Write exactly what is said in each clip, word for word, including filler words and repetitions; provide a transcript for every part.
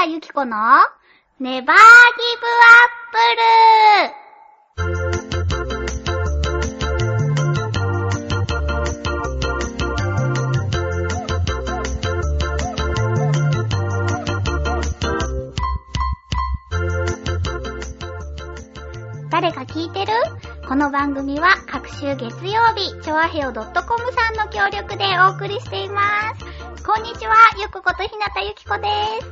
田ゆき子のネバーギブアップル。誰か聞いてる？この番組は各週月曜日、チョアヘオ .com さんの協力でお送りしています。こんにちは、ゆくことひなたゆきこです。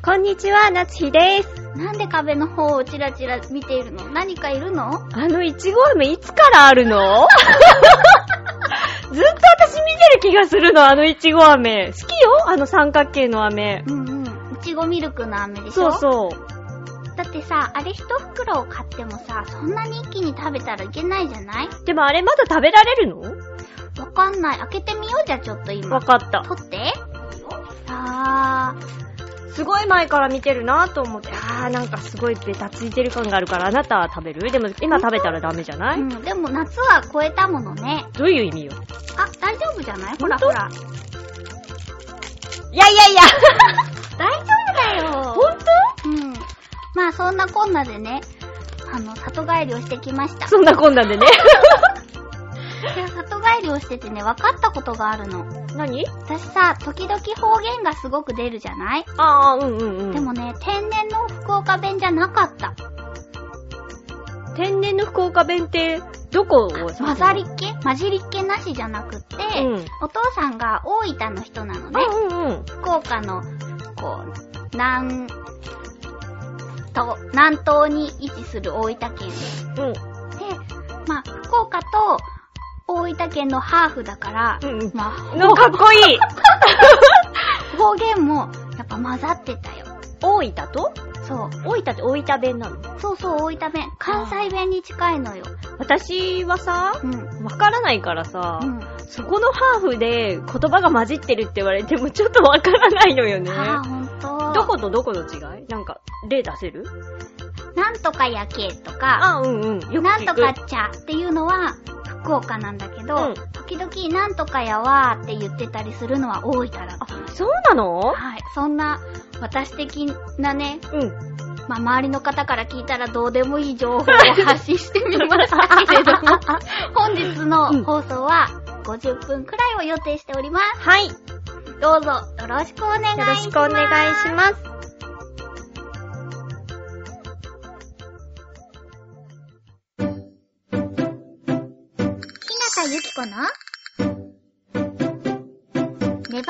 こんにちは、なつひです。 なんで壁の方をチラチラ見ているの？何かいるの？ あのいちご飴いつからあるの？ずっと私見てる気がするの、あのいちご飴。好きよ、あの三角形の飴。 うんうん。いちごミルクの飴でしょ？ そうそう。 だってさ、あれ一袋を買ってもさ、そんなに一気に食べたらいけないじゃない？ でもあれまだ食べられるの？ わかんない。開けてみようじゃちょっと今。 わかった。 取って。あー。すごい前から見てるなぁと思って、あーなんかすごいベタついてる感があるからあなたは食べる？でも今食べたらダメじゃない？ うん、でも夏は超えたものね。 どういう意味よ？ あ、大丈夫じゃない？ほらほら。 いやいやいや大丈夫だよ。 ほんと？ うん。まあそんなこんなでね、あの、里帰りをしてきました。 そんなこんなでね。 で里帰りをしててね、分かったことがあるの。 何？ 私さ、時々方言がすごく出るじゃない？ ああ、うんうんうん。 でもね、天然の福岡弁じゃなかった。 天然の福岡弁って、どこを混ざりっ気？混じりっ気なしじゃなくって、うん、お父さんが大分の人なのね。 うんうんうん、 福岡の、こう、南、と南東に位置する大分県で、うん、で、まあ福岡と大分県のハーフだから、 うんうん、 まあのかっこいい方言もやっぱ混ざってたよ。 大分と？ そう。 大分って大分弁なの？ そうそう、大分弁。関西弁に近いのよ。 私はさ、うん、わからないからさ、うん、そこのハーフで言葉が混じってるって言われてもちょっとわからないのよね。 ああ、ほんと。 どことどこの違い？なんか、例出せる？ なんとかやけとか、 あ、うんうん。よく聞く。 なんとかちゃっていうのは福岡なんだけど、うん、時々なんとかやわーって言ってたりするのは大分だった。 あ、そうなの？ はい。そんな、私的なね、うん。まあ、周りの方から聞いたらどうでもいい情報を発信してみましたけれども、本日の放送はごじゅっぷんくらいを予定しております。 はい。 どうぞよろしくお願いします。 よろしくお願いします。 日向ゆき子のネバーギブアップル。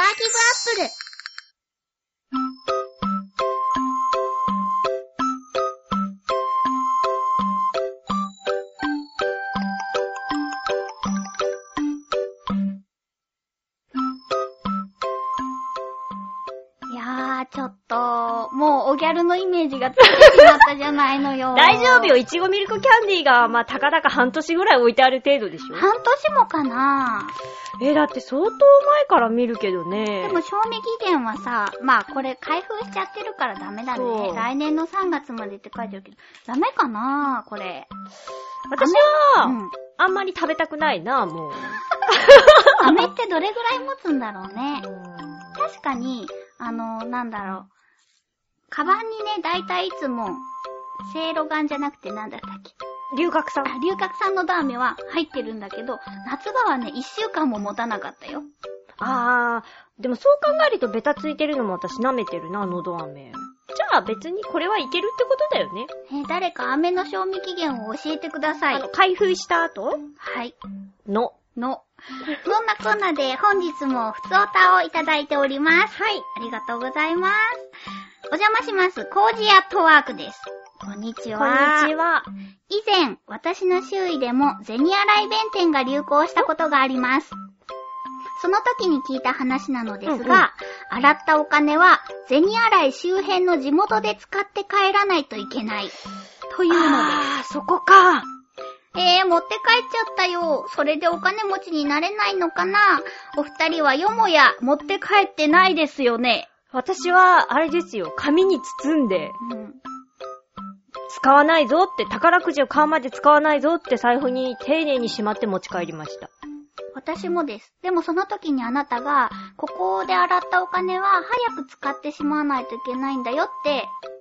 ちょっと、もうおギャルのイメージがついてしまったじゃないのよ。 大丈夫よ、いちごミルクキャンディーが、まあ、たかだか半年ぐらい置いてある程度でしょ。 半年もかな？ え、だって相当前から見るけどね。 でも賞味期限はさ、まあこれ開封しちゃってるからダメだね。来年のさんがつまでって書いてるけど、ダメかなこれ。 私は、うん、あんまり食べたくないな、もう。 飴ってどれぐらい持つんだろうね。確かに、あの、なんだろう。カバンにね、だいたいいつも、せいろガンじゃなくてなんだったっけ？ 龍角散。 あ、龍角散のダーメは入ってるんだけど、夏場はね、いっしゅうかんも持たなかったよ。 あー、でもそう考えるとベタついてるのも私舐めてるな、のど飴。じゃあ別にこれはいけるってことだよね。 え、誰か飴の賞味期限を教えてください。 あの、開封した後？ はい。 の。 の。そんなこんなで本日もふつおたをいただいております。 はい。 ありがとうございます。お邪魔します。コージアットワークです。こんにちは。 こんにちは。 以前、私の周囲でも銭洗い弁天が流行したことがあります。その時に聞いた話なのですが、うんうん、洗ったお金は銭洗い周辺の地元で使って帰らないといけない。というのです。 あー、そこか。 えー、持って帰っちゃったよ。それでお金持ちになれないのかな？お二人はよもや持って帰ってないですよね。 私は、あれですよ。紙に包んで、うん、使わないぞって、宝くじを買うまで使わないぞって財布に丁寧にしまって持ち帰りました。 私もです。でもその時にあなたが、ここで洗ったお金は早く使ってしまわないといけないんだよって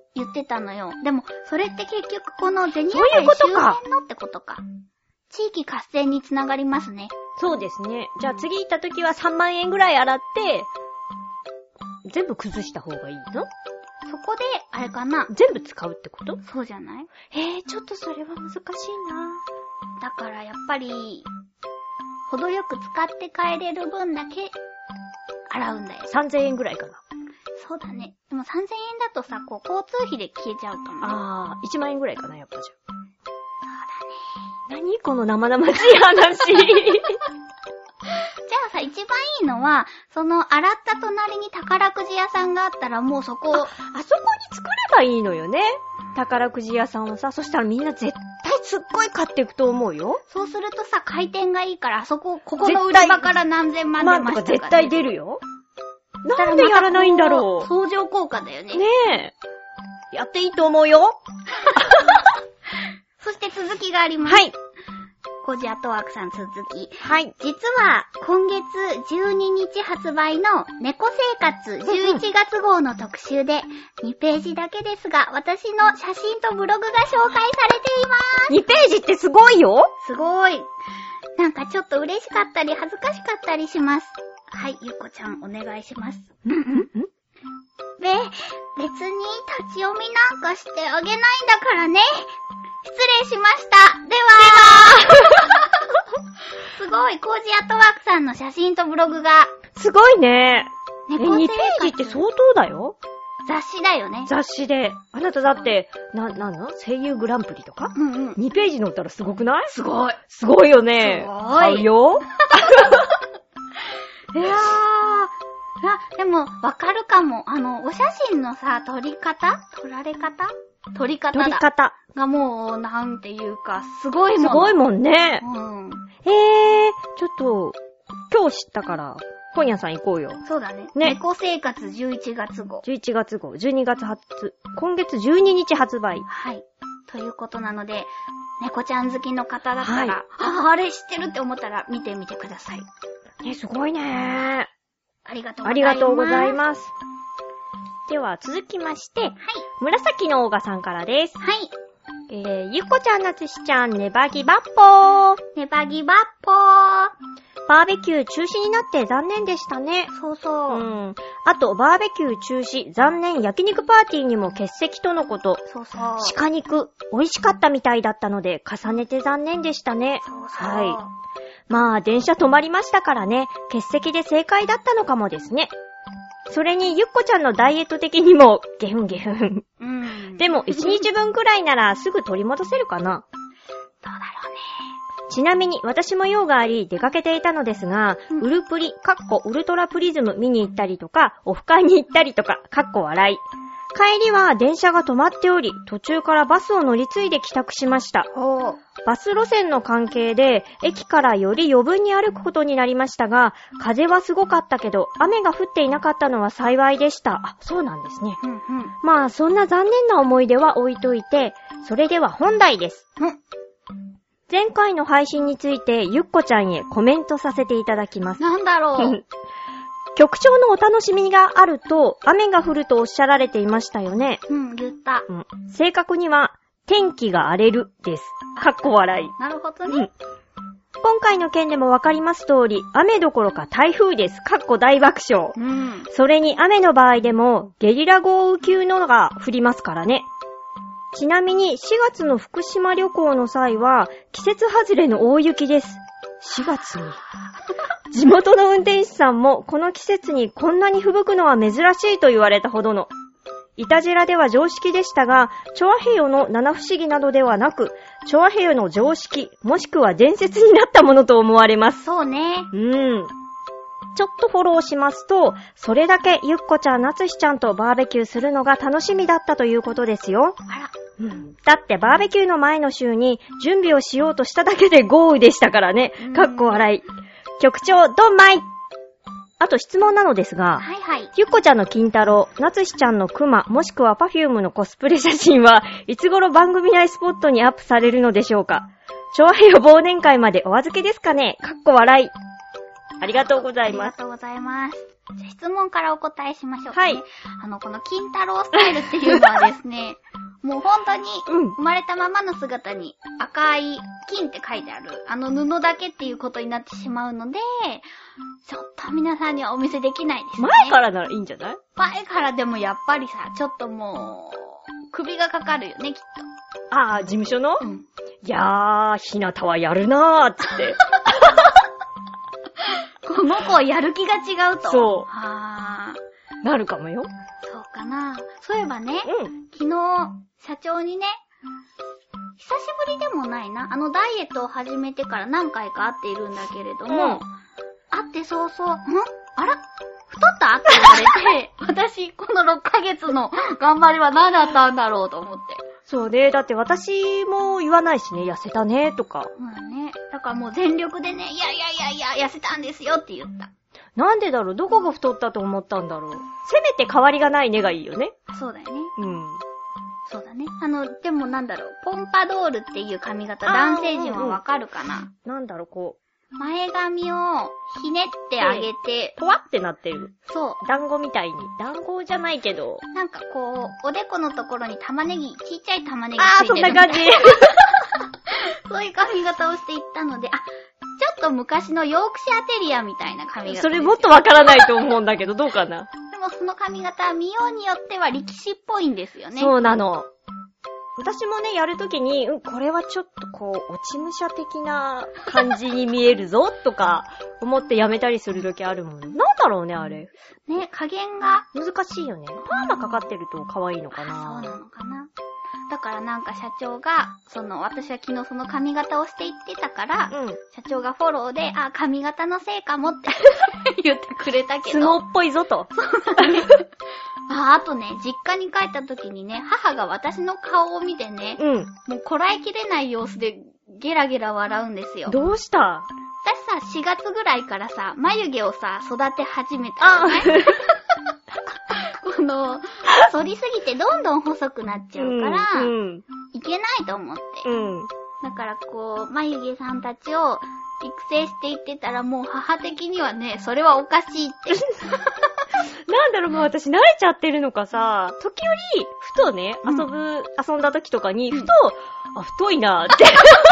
言ってたのよ。でも、それって結局この銭洗そういうこと周か辺のってことか。地域活性につながりますね。 そうですね。じゃあ次行った時はさんまんえんぐらい洗って、全部崩した方がいいの？ そこで、あれかな。 全部使うってこと？ そうじゃない？ えー、ちょっとそれは難しいな。 だからやっぱり、程よく使って帰れる分だけ、洗うんだよ。 さんぜんえんぐらいかな。 そうだね。でもさんぜんえんだとさ、こう、交通費で消えちゃうかもね。 あー、いちまんえんぐらいかな、やっぱじゃあ。 そうだね。 何この生々しい話。 じゃあさ、一番いいのは、その洗った隣に宝くじ屋さんがあったらもうそこを、 あ、あそこに作ればいいのよね。宝くじ屋さんをさ、そしたらみんな絶対すっごい買っていくと思うよ。 そうするとさ、回転がいいから、あそこ、ここの売り場から何千万出ましたか、ね、 絶対出るよ。なんでやらないんだろう。 相乗効果だよね。 ねえ。やっていいと思うよ。 そして続きがあります。 はい。 コジアットワークさん続き。 はい。 実は、今月じゅうににち発売の猫生活じゅういちがつ号の特集で、にページだけですが、私の写真とブログが紹介されています。 にページってすごいよ。 すごい。なんかちょっと嬉しかったり恥ずかしかったりします。はい、ゆっこちゃんお願いします。 んんんべ、別に立ち読みなんかしてあげないんだからね。失礼しました。ではすごい、コージアットワークさんの写真とブログが。 すごいね。え、 猫生活にページって相当だよ。 雑誌だよね。 雑誌で。あなただって、な、なんの声優グランプリとかうんうん。 にページ載ったらすごくない？ すごい。 すごいよね。 すごい。 買うよ。 いやー。あ、でも、わかるかも。あの、お写真のさ、撮り方撮られ方撮り方だ。 撮り方。 がもう、なんていうか、すごいもん。 すごいもんね。 うん。 へー、ちょっと、今日知ったから、本屋さん行こうよ。 そうだね。 ね。 猫生活じゅういちがつ号。 じゅういちがつ号、じゅうにがつ発、今月じゅうににち発売。 はい。ということなので、猫ちゃん好きの方だったら、 はい、 あ、あれ知ってるって思ったら見てみてください。 ね、すごいね。 ありがとうございます。 ありがとうございます。では続きまして、はい、紫のオーガさんからです。 はい。 えー、ゆっこちゃん、なつしちゃん、ネバギバッポー。 ネバギバッポー。 バーベキュー中止になって残念でしたね。 そうそう。 うん。あと、バーベキュー中止、残念、焼肉パーティーにも欠席とのこと。 そうそう。 鹿肉、美味しかったみたいだったので、重ねて残念でしたね。 そうそう。 はい。まあ、電車止まりましたからね、欠席で正解だったのかもですね。それに、ゆっこちゃんのダイエット的にも、ゲフンゲフン。 うん。 でも、一日分くらいならすぐ取り戻せるかな。 どうだろうね。 ちなみに、私も用があり、出かけていたのですが、うん、ウルプリ、かっこウルトラプリズム見に行ったりとか、オフ会に行ったりとか、かっこ笑い。帰りは電車が止まっており、途中からバスを乗り継いで帰宅しました。 ほう。 バス路線の関係で、駅からより余分に歩くことになりましたが、風はすごかったけど、雨が降っていなかったのは幸いでした。あ、そうなんですね。 うんうん、 まあ、そんな残念な思い出は置いといて、それでは本題です。 うん、 前回の配信について、ゆっこちゃんへコメントさせていただきます。 なんだろう。 局長のお楽しみがあると、雨が降るとおっしゃられていましたよね。 うん、言った。 うん、正確には、天気が荒れるです。かっこ笑い。 なるほどね。 うん、今回の件でもわかります通り、雨どころか台風です。かっこ大爆笑。 うん、 それに雨の場合でも、ゲリラ豪雨級のが降りますからね。ちなみにしがつの福島旅行の際は、季節外れの大雪です。しがつに。地元の運転手さんも、この季節にこんなに吹雪くのは珍しいと言われたほどの。イタジェラでは常識でしたが、チョアヘヨの七不思議などではなく、チョアヘヨの常識、もしくは伝説になったものと思われます。 そうね。 うん。ちょっとフォローしますと、それだけゆっこちゃん、なつしちゃんとバーベキューするのが楽しみだったということですよ。 あら。 うん、だってバーベキューの前の週に準備をしようとしただけで豪雨でしたからね。かっこ笑い。局長、ドンマイ。あと質問なのですが、 はいはい。 ゆっこちゃんの金太郎、なつしちゃんのクマ、もしくはパフュームのコスプレ写真はいつ頃番組内スポットにアップされるのでしょうか。長平忘年会までお預けですかね。かっこ笑い。 ありがとうございます。 ありがとうございます。じゃあ質問からお答えしましょうかね。 はい。 あの、この金太郎スタイルっていうのはですね、もう本当にうん生まれたままの姿に赤い金って書いてあるあの布だけっていうことになってしまうので、ちょっと皆さんにはお見せできないですね。 前からならいいんじゃない？ 前からでもやっぱりさ、ちょっともう、首がかかるよね、きっああ、事務所の？ と。うん。 いやー、ひなたはやるなーっつって。 この子はやる気が違うと。 そうはー。 なるかもよ。 そうかな。そういえばね、 うん。 昨日、社長にね、久しぶりでもないな。あのダイエットを始めてから何回か会っているんだけれども、 うん会って早々、んあら太ったって言われて、私、このろっかげつの頑張りは何だったんだろうと思って。 そうね。だって私も言わないしね、痩せたねとか。 まあね。だからもう全力でね、いやいやいやいや、痩せたんですよって言った。 なんでだろう？どこが太ったと思ったんだろう？せめて変わりがないねがいいよね。 そうだよね。 うん。 そうだね。あの、でもなんだろう、ポンパドールっていう髪型、 あー男性陣はわかるかな？ なんだろう、こ前髪をひねってあげて、 う、ぽわってなってる。 そ団子みたいに。団子じゃないけど。 う。なんかこう、おでこのところに玉ねぎ、ちっちゃい玉ねぎあー、 ついてる。 そんな感じ。 そういう髪型をしていったので、あ、ちょっと昔のヨークシャーテリアみたいな髪型。 それもっとわからないと思うんだけど、どうかな。 でもその髪型は見ようによっては力士っぽいんですよね。 そうなの。私もね、やるときに、うん、これはちょっとこう、落ち武者的な感じに見えるぞ、とか、思ってやめたりするときあるもん。なんだろうね、あれ。 ね、加減が。 難しいよね。パーマかかってると可愛いのかそうな。 なのかな。だからなんか社長が、その、私は昨日その髪型をしていってたから、 うん。 社長がフォローで、あ、髪型のせいかもって言ってくれたけど。 相撲っぽいぞと。 あ、あとね、実家に帰った時にね、母が私の顔を見てね、 うん。 もうこらえきれない様子でゲラゲラ笑うんですよ。 どうした？ 私さ、しがつぐらいからさ、眉毛をさ、育て始めたのね。この、反りすぎてどんどん細くなっちゃうから、 うん。 いけないと思って。 うん。 だからこう、眉毛さんたちを育成していってたらもう母的にはね、それはおかしいって。 なんだろう、もう私慣れちゃってるのかさ、時折、ふとね、 うん遊ぶ、遊んだ時とかに、ふと、あ、太いなーって。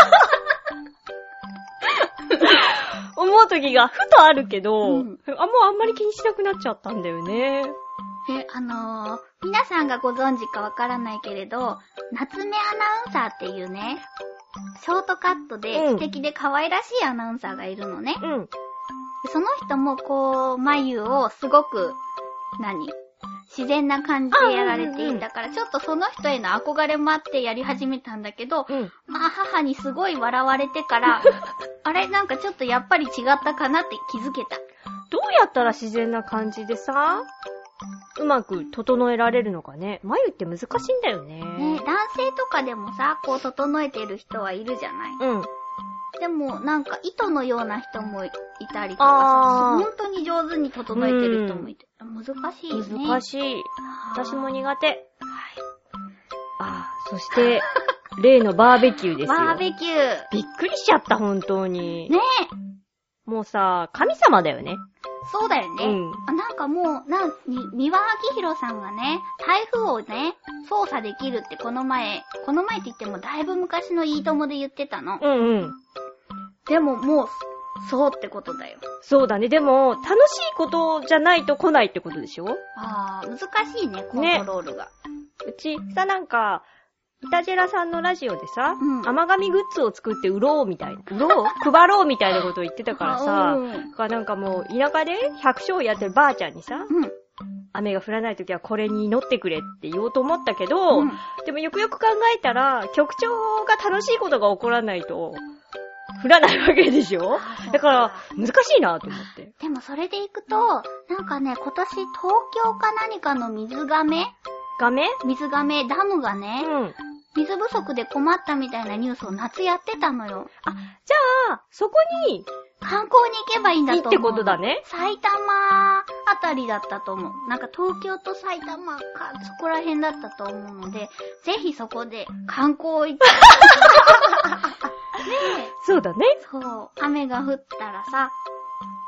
思う時がふとあるけど、 うん、 あ、もうあんまり気にしなくなっちゃったんだよね。 で、あのー、皆さんがご存知かわからないけれど、夏目アナウンサーっていうね、ショートカットで素敵で可愛らしいアナウンサーがいるのね。 うん。 その人もこう、眉をすごく、何自然な感じでやられていたから、ちょっとその人への憧れもあってやり始めたんだけど、 うん、 まあ母にすごい笑われてから、あれなんかちょっとやっぱり違ったかなって気づけた。 どうやったら自然な感じでさ、うまく整えられるのかね。眉って難しいんだよね。 ね、男性とかでもさ、こう整えてる人はいるじゃない。 うん。 でもなんか糸のような人もいたりとかあーさ、本当に上手に整えてる人もいて、難しいよね。 難しい。私も苦手。 はい。 ああ、そして、例のバーベキューですよ。 バーベキュー。 びっくりしちゃった、本当に。 ねえ。もうさ、神様だよね。 そうだよね。 うんあ、なんかもう、な、に、三輪明宏さんがね、台風をね、操作できるってこの前、この前って言ってもだいぶ昔のいいともで言ってたの。 うんうん。 でももう、そうってことだよ。 そうだね。でも、楽しいことじゃないと来ないってことでしょ？ あー、難しいね、コントロールが。 うち、さ、なんか、イタジェラさんのラジオでさ、 うん甘神グッズを作って売ろうみたいな、売ろう配ろうみたいなことを言ってたからさ、 うんだからなんかもう、田舎で百姓やってるばあちゃんにさ、 うん。 雨が降らないときはこれに祈ってくれって言おうと思ったけど、 うんでもよくよく考えたら、局長が楽しいことが起こらないと、降らないわけでしょ？だから、難しいなと思って。 でもそれでいくと、なんかね、今年東京か何かの水がめ画面？ 水がめダムがね、 うん。 水不足で困ったみたいなニュースを夏やってたのよ。 あ、じゃあ、そこに、 観光に行けばいいんだと思う。 いいってことだね。 埼玉あたりだったと思う。なんか東京と埼玉か、そこら辺だったと思うので、ぜひそこで観光行って。ねえ。 そうだね。 そう。雨が降ったらさ、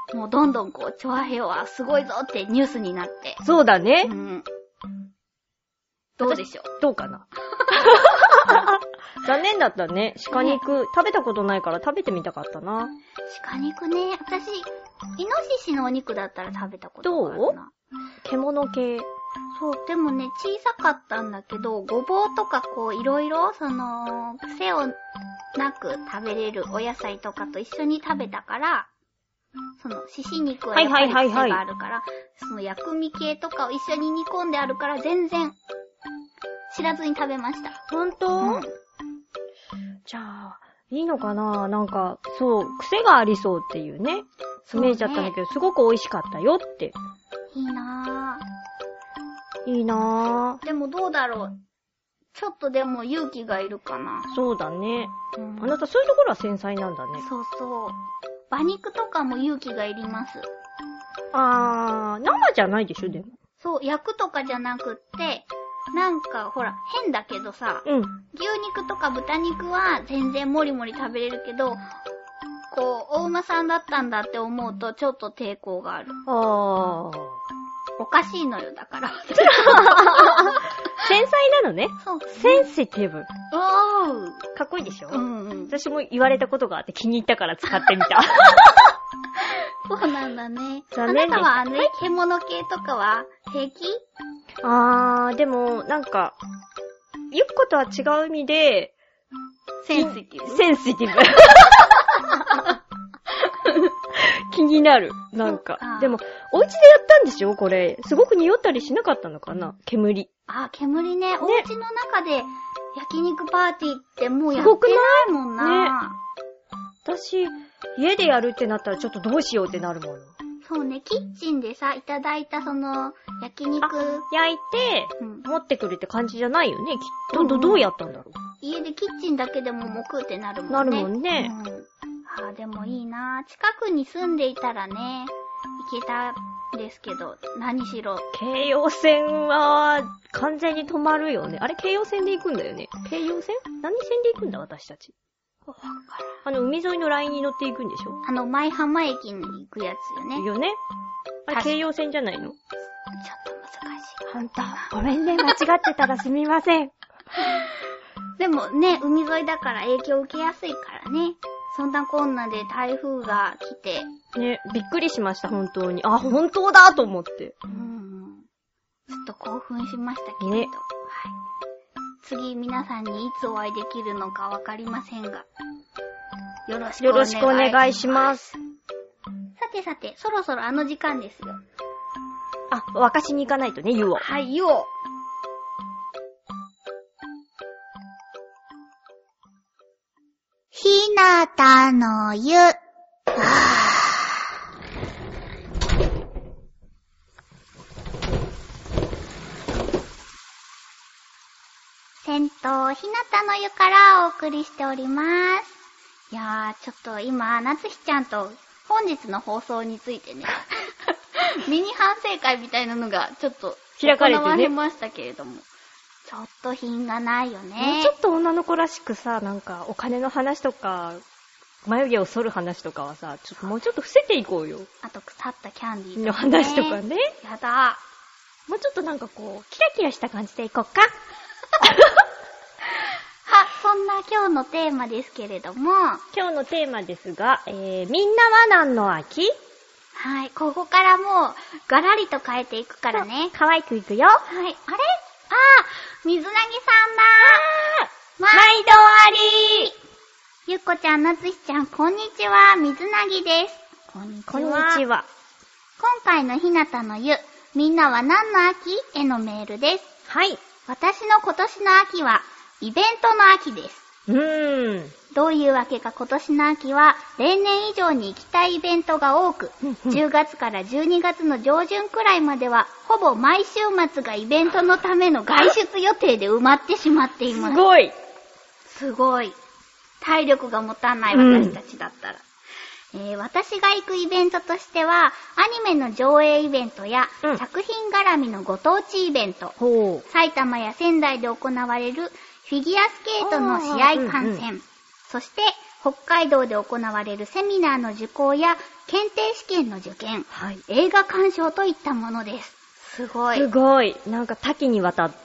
もうどんどんこう、チョアヘヨはすごいぞってニュースになって。 そうだね。 うん。どうでしょう。 どうかな。残念だったね。鹿肉、ね、食べたことないから食べてみたかったな。 鹿肉ね、私、イノシシのお肉だったら食べたことがあるな。どう？ 獣系。 そう、でもね、小さかったんだけど、ごぼうとかこう、いろいろ、その、癖をなく食べれるお野菜とかと一緒に食べたから、その、獅子肉はやっぱり癖があるから、その薬味系とかを一緒に煮込んであるから、全然、知らずに食べました。 ほんと？うん。じゃあ、いいのかな？なんか、そう、癖がありそうっていうね。イメージだったんだけど、すごく美味しかったよって。 いいなぁ。 いいなぁ。 でもどうだろう。ちょっとでも勇気がいるかな。 そうだね。うん、あなたそういうところは繊細なんだね。 そうそう。馬肉とかも勇気がいります。 あー、生じゃないでしょ、でも。 そう、焼くとかじゃなくって、なんか、ほら、変だけどさ、うん、牛肉とか豚肉は全然もりもり食べれるけど、こう、お馬さんだったんだって思うとちょっと抵抗がある。 あー。 おかしいのよ、だから。 繊細なのね。 そう。 センシティブ。 おー。 かっこいいでしょ？ うんうん。 私も言われたことがあって気に入ったから使ってみた。 そうなんだね。残念です。あなたはあの、獣系とかは平気？ あー、でも、なんか、ゆっことは違う意味で、 センシティブ。 センシティブ。気になる。なんか。でも、お家でやったんでしょこれ。すごく匂ったりしなかったのかな煙。 あ、煙ね。ね、お家の中で焼肉パーティーってもうやってないもんな。ね。 私、家でやるってなったらちょっとどうしようってなるもん。 そうね、キッチンでさ、いただいたその、焼肉。 焼いて、うん、持ってくるって感じじゃないよね。きっと、ど、どうやったんだろう。 家でキッチンだけでももくってなるもんね。 なるもんね。 うん、あーでもいいな。近くに住んでいたらね、行けたんですけど、何しろ。 京葉線は、完全に止まるよね。あれ、京葉線で行くんだよね。京葉線？何線で行くんだ、私たち。 わかる。 あの、海沿いのラインに乗っていくんでしょ？ あの、舞浜駅に行くやつよね。 よね。あれ、京葉線じゃないの？ちょっと難しい。 ほんと。ごめんね、間違ってたらすみません。 でもね、海沿いだから影響受けやすいからね。そんなこんなで台風が来て。 ね、びっくりしました、本当に。あ、本当だと思って。 うん。ちょっと興奮しましたけれど。ね、はい。次皆さんにいつお会いできるのかわかりませんが。よろしくお願いします。よろしくお願いします。さてさて、そろそろあの時間ですよ。 あ、沸かしに行かないとね、湯を。 はい、湯を。ひなたの湯。はぁ。銭湯ひなたの湯からお送りしております。いやー、ちょっと今、なつひちゃんと本日の放送についてね、ミニ反省会みたいなのがちょっと開かれてね。 行われましたけれども。ちょっと品がないよね。 もうちょっと女の子らしくさ、なんかお金の話とか、眉毛を剃る話とかはさ、ちょっともうちょっと伏せていこうよ。 あと腐ったキャンディーとの話とかね。 やだ。 もうちょっとなんかこう、キラキラした感じでいこうか。 は、そんな今日のテーマですけれども。 今日のテーマですが、えー、みんなは何の秋？ はい、ここからもう、ガラリと変えていくからね。 可愛くいくよ。 はい、あれ？あー、水なぎさんだー。 毎度ありー。 ゆっこちゃん、なつひちゃん、こんにちは。水なぎです。 こんにちは。こんにちは。 今回のひなたの湯、みんなは何の秋？へのメールです。 はい。 私の今年の秋は、イベントの秋です。 うーん。 どういうわけか今年の秋は、例年以上に行きたいイベントが多く、じゅうがつからじゅうにがつの上旬くらいまでは、ほぼ毎週末がイベントのための外出予定で埋まってしまっています。 すごい。 すごい。体力が持たない私たちだったら。うんえー、私が行くイベントとしては、アニメの上映イベントや、うん、作品絡みのご当地イベント、埼玉や仙台で行われるフィギュアスケートの試合観戦、うんうん、そして北海道で行われるセミナーの受講や検定試験の受験、 はい。 映画鑑賞といったものです。すごい。 すごい。なんか多岐にわたって、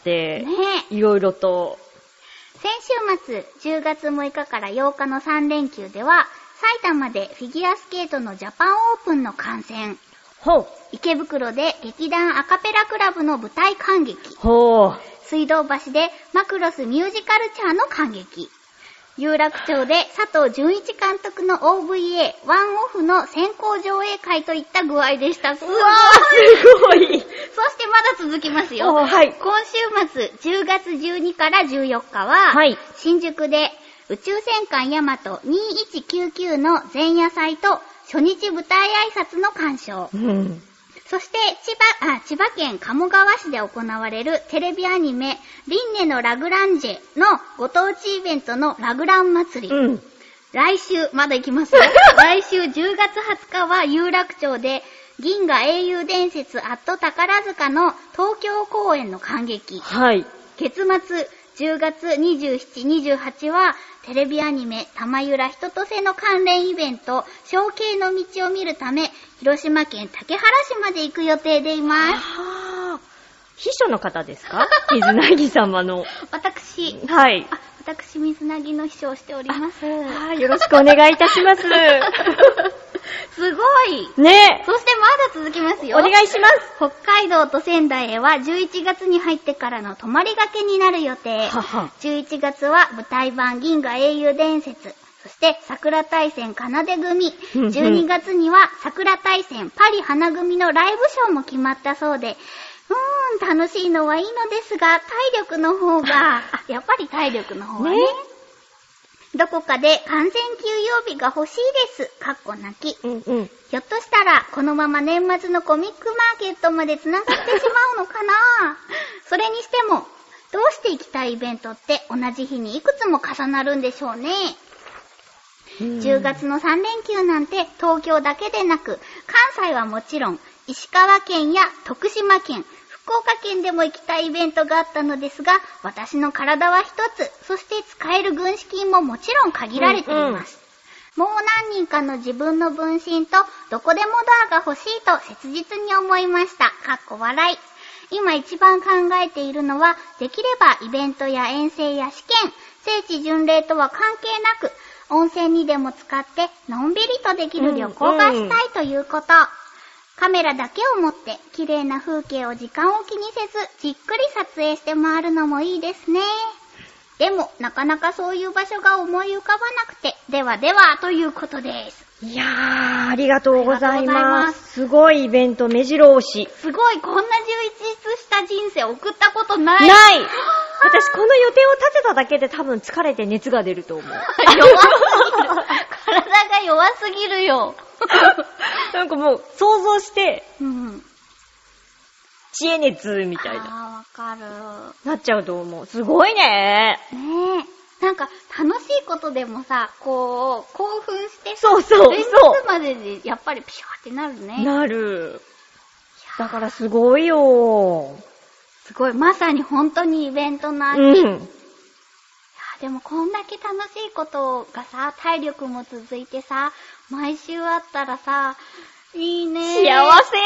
ねいろいろと。 先週末、じゅうがつむいかからようかのさん連休では、埼玉でフィギュアスケートのジャパンオープンの観戦。 ほう。 池袋で劇団アカペラクラブの舞台観劇。 ほう。 水道橋でマクロスミュージカルチャーの観劇。有楽町で佐藤純一監督の オーブイエー、ワンオフの先行上映会といった具合でした。すごい。 うわー、すごい。 そしてまだ続きますよ。 はい。 今週末、じゅうがつじゅうにからじゅうよっかは、 はい、新宿で宇宙戦艦ヤマトにせんひゃくきゅうじゅうきゅうの前夜祭と初日舞台挨拶の鑑賞。 うん。 そして千葉、あ、千葉県鴨川市で行われるテレビアニメ、リンネのラグランジェのご当地イベントのラグラン祭り。うん。来週、まだ行きますよ。来週じゅうがつはつかは有楽町で銀河英雄伝説アット宝塚の東京公演の観劇。 はい。 月末じゅうがつにじゅうしち、にじゅうはちはテレビアニメ玉浦ひととせの関連イベント象形の道を見るため広島県竹原市まで行く予定でいます。 はぁ。秘書の方ですか？水なぎ様の。 私。 はい。 あ、私水なぎの秘書をしております。 はい、よろしくお願いいたします。 すごい。 ね。 そしてまだ続きますよ。 お願いします。 北海道と仙台へはじゅういちがつに入ってからの泊まりがけになる予定。はは。じゅういちがつは舞台版銀河英雄伝説。そして桜大戦奏で組。じゅうにがつには桜大戦パリ花組のライブショーも決まったそうで、うーん、楽しいのはいいのですが、体力の方が、あ、やっぱり体力の方はね。ね、どこかで完全休養日が欲しいです。かっこ泣き。うんうん。ひょっとしたら、このまま年末のコミックマーケットまで繋がってしまうのかなそれにしても、どうして行きたいイベントって同じ日にいくつも重なるんでしょうね。じゅうがつのさん連休なんて東京だけでなく、関西はもちろん、石川県や徳島県、福岡県でも行きたいイベントがあったのですが、私の体は一つ、そして使える軍資金ももちろん限られています。うんうん、もう何人かの自分の分身とどこでもドアが欲しいと切実に思いました。かっこ笑い。今一番考えているのは、できればイベントや遠征や試験、聖地巡礼とは関係なく、温泉にでも使ってのんびりとできる旅行がしたいということ。うんうん、カメラだけを持って綺麗な風景を時間を気にせずじっくり撮影して回るのもいいですね。でもなかなかそういう場所が思い浮かばなくて、ではではということです。 いやー、ありがとうございます。すごいイベント目白押し。 すごい、こんな充実した人生送ったことない。 ない。私この予定を立てただけで多分疲れて熱が出ると思う。 弱すぎる。体が弱すぎるよ。 なんかもう想像して、 うん、 知恵熱みたいな。 あー、わかる。 なっちゃうと思う。すごいね。 ねえ。なんか楽しいことでもさ、こう興奮してそうそうそう。 前日まででやっぱりピシャーってなるね。 なる。だからすごいよ。 すごい、まさに本当にイベントの秋。うん。いやでもこんだけ楽しいことがさ、体力も続いてさ、毎週あったらさ、いいね。 幸せ。ねえ。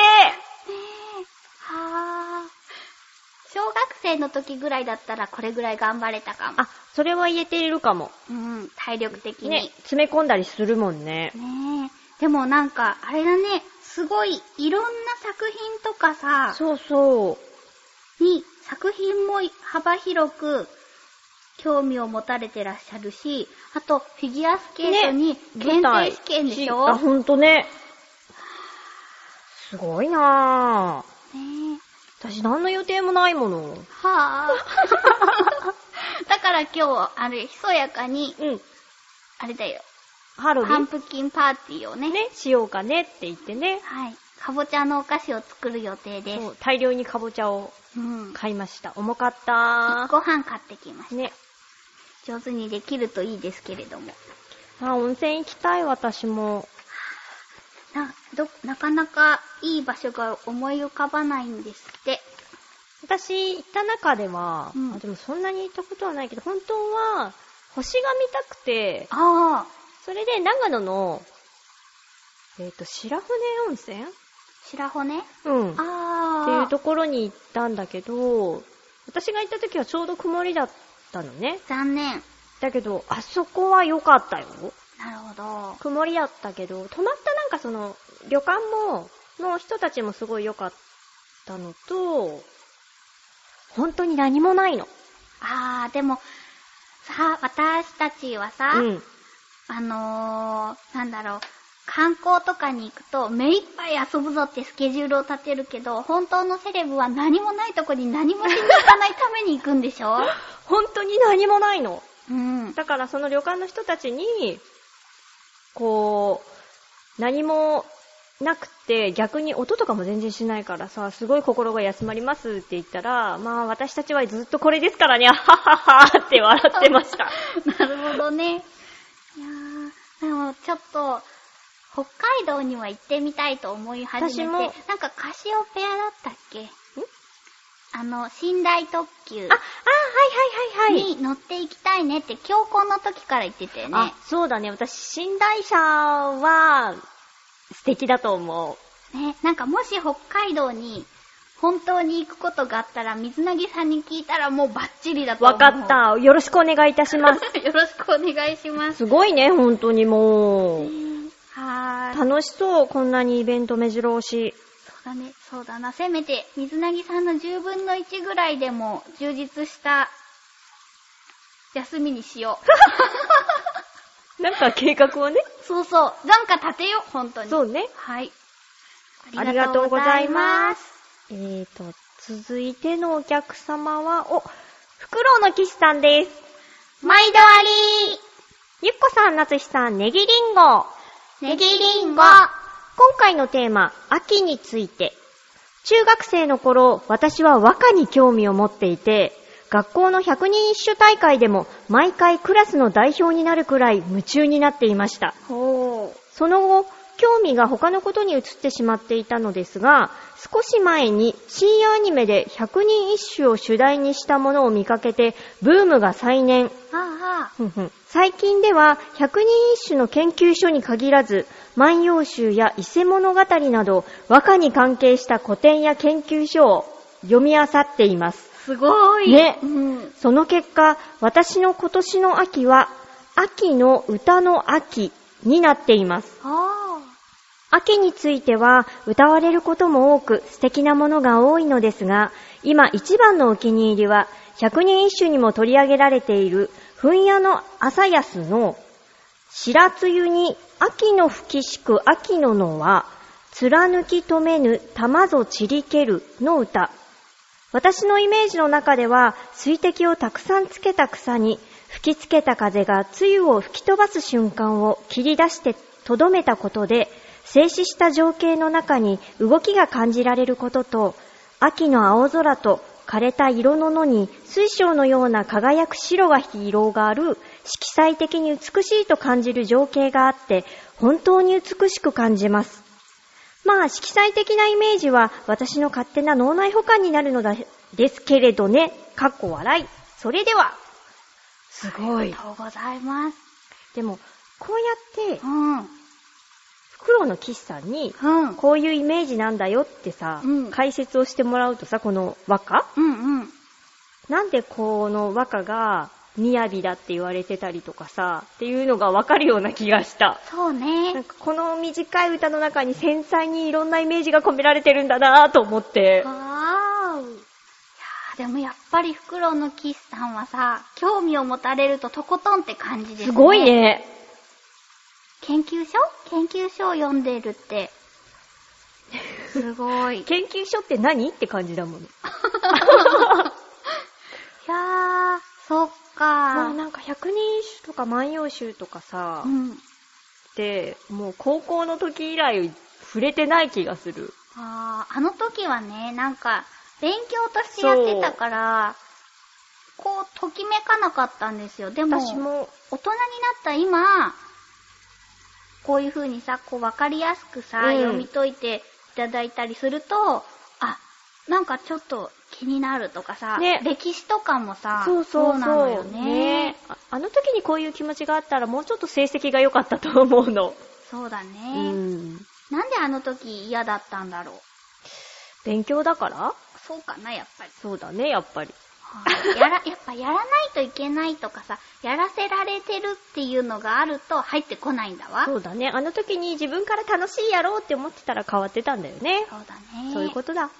はぁ。小学生の時ぐらいだったらこれぐらい頑張れたかも。 あ、それは言えているかも。 うん、体力的に。 ね、詰め込んだりするもんね。 ねえ。でもなんか、あれだね、すごい、いろんな作品とかさ、 そうそう。 に、作品も幅広く興味を持たれてらっしゃるし、あと、フィギュアスケートに検定試験でしょ、 ね、あ、ほんとね。すごいなぁ。ねえ。私何の予定もないもの。 はぁ。だから今日、あれ、ひそやかに、うん。あれだよ。 ハロウィン。 パンプキンパーティーをね。 ね、しようかねって言ってね。 はい。かぼちゃのお菓子を作る予定です。そう、 大量にかぼちゃを買いました。うん、重かったー。 ご飯買ってきました。 ね。 上手にできるといいですけれども。 あ、温泉行きたい、私も。 な、ど、なかなかいい場所が思い浮かばないんですって。 私行った中では、うん、あ、でもそんなに行ったことはないけど、本当は星が見たくて、 ああ、 それで長野の、えっと、白船温泉白骨？ うん。 あー。 っていうところに行ったんだけど、私が行った時はちょうど曇りだったのね。 残念。 だけど、あそこは良かったよ。 なるほど。 曇りだったけど、泊まったなんかその、旅館も、の人たちもすごい良かったのと、本当に何もないの。 あー、でも、さ、私たちはさ、 うん。 あのー、なんだろう、観光とかに行くと目いっぱい遊ぶぞってスケジュールを立てるけど、本当のセレブは何もないとこに何もしに行かないために行くんでしょ？ 本当に何もないの。 うん。 だからその旅館の人たちに、こう、何もなくて、逆に音とかも全然しないからさ、すごい心が休まりますって言ったら、まあ私たちはずっとこれですからね、ははははって笑ってました。 なるほどね。いやー、でもちょっと、北海道には行ってみたいと思い始めて、なんかカシオペアだったっけ？ん？あの、寝台特急。 あ、あ、はいはいはいはい。 に乗って行きたいねって強行の時から言ってたよね。 あ、そうだね。私、寝台車は素敵だと思う。ね、なんかもし北海道に本当に行くことがあったら、水なぎさんに聞いたらもうバッチリだと思う。 わかった。よろしくお願いいたします。 よろしくお願いします。 すごいね、本当にもう。 はーい。 楽しそう、こんなにイベント目白押し。 そうだね、そうだな。せめて、水なぎさんのじゅうぶんのいちぐらいでも充実した休みにしよう。なんか計画をね。 そうそう。なんか立てよ、本当に。 そうね。 はい。 ありがとうございます。えーと、続いてのお客様は、お、フクロウの騎士さんです。 毎度ありー。 ゆっこさん、なつひさん、ネギリンゴ。 ネギリンゴ。 今回のテーマ、秋について。中学生の頃、私は和歌に興味を持っていて、学校の百人一首大会でも毎回クラスの代表になるくらい夢中になっていました。 ほう。 その後、興味が他のことに移ってしまっていたのですが、少し前に深夜アニメで百人一首を主題にしたものを見かけて、ブームが再燃。 はあはあ、 最近では百人一首の研究所に限らず、万葉集や伊勢物語など和歌に関係した古典や研究書を読み漁っています。 すごい。 ね。 うん、 その結果、私の今年の秋は、秋の歌の秋になっています。 あ秋については歌われることも多く素敵なものが多いのですが、今一番のお気に入りは百人一首にも取り上げられている噴屋の朝安の白露に秋の吹きしく秋の野は貫き止めぬ玉ぞ散りけるの歌。私のイメージの中では水滴をたくさんつけた草に吹きつけた風が露を吹き飛ばす瞬間を切り出してとどめたことで、静止した情景の中に動きが感じられることと、秋の青空と枯れた色の野に水晶のような輝く白が広がる色彩的に美しいと感じる情景があって、本当に美しく感じます。まあ色彩的なイメージは私の勝手な脳内補完になるのだですけれどね、かっこ笑い。それでは、すごい。 ありがとうございます。 でもこうやって、 うん。 黒の騎士さんに、 うん、 こういうイメージなんだよってさ、うん、解説をしてもらうとさ、この和歌、 うんうん、 なんでこの和歌が雅だって言われてたりとかさ、っていうのがわかるような気がした。 そうね。 なんかこの短い歌の中に繊細にいろんなイメージが込められてるんだなぁと思って。 あー。いやー、でもやっぱりフクロウの騎士さんはさ、興味を持たれるととことんって感じですね。 すごいね。 研究所研究所を読んでるって、すごい。 研究所って何って感じだもん。いやー、そっかー。 もうなんか百人一首とか万葉集とかさ、 うん、 で、もう高校の時以来触れてない気がする。 あー、あの時はね、なんか勉強としてやってたから、こう、ときめかなかったんですよ。でも、 私も大人になった今、こういう風にさ、こう分かりやすくさ、うん、読み解いていただいたりすると、あ、 なんかちょっと気になるとかさ、 ね、 歴史とかもさ、 そうそうそう。 そうなのよね。 ね、あ、あの時にこういう気持ちがあったらもうちょっと成績が良かったと思うの。 そうだね。 うん。 なんであの時嫌だったんだろう。 勉強だから？ そうかな、やっぱり。 そうだね、やっぱり。 はあ、やら、やっぱやらないといけないとかさ、やらせられてるっていうのがあると入ってこないんだわ。 そうだね。あの時に自分から楽しいやろうって思ってたら変わってたんだよね。 そうだね。 そういうことだ。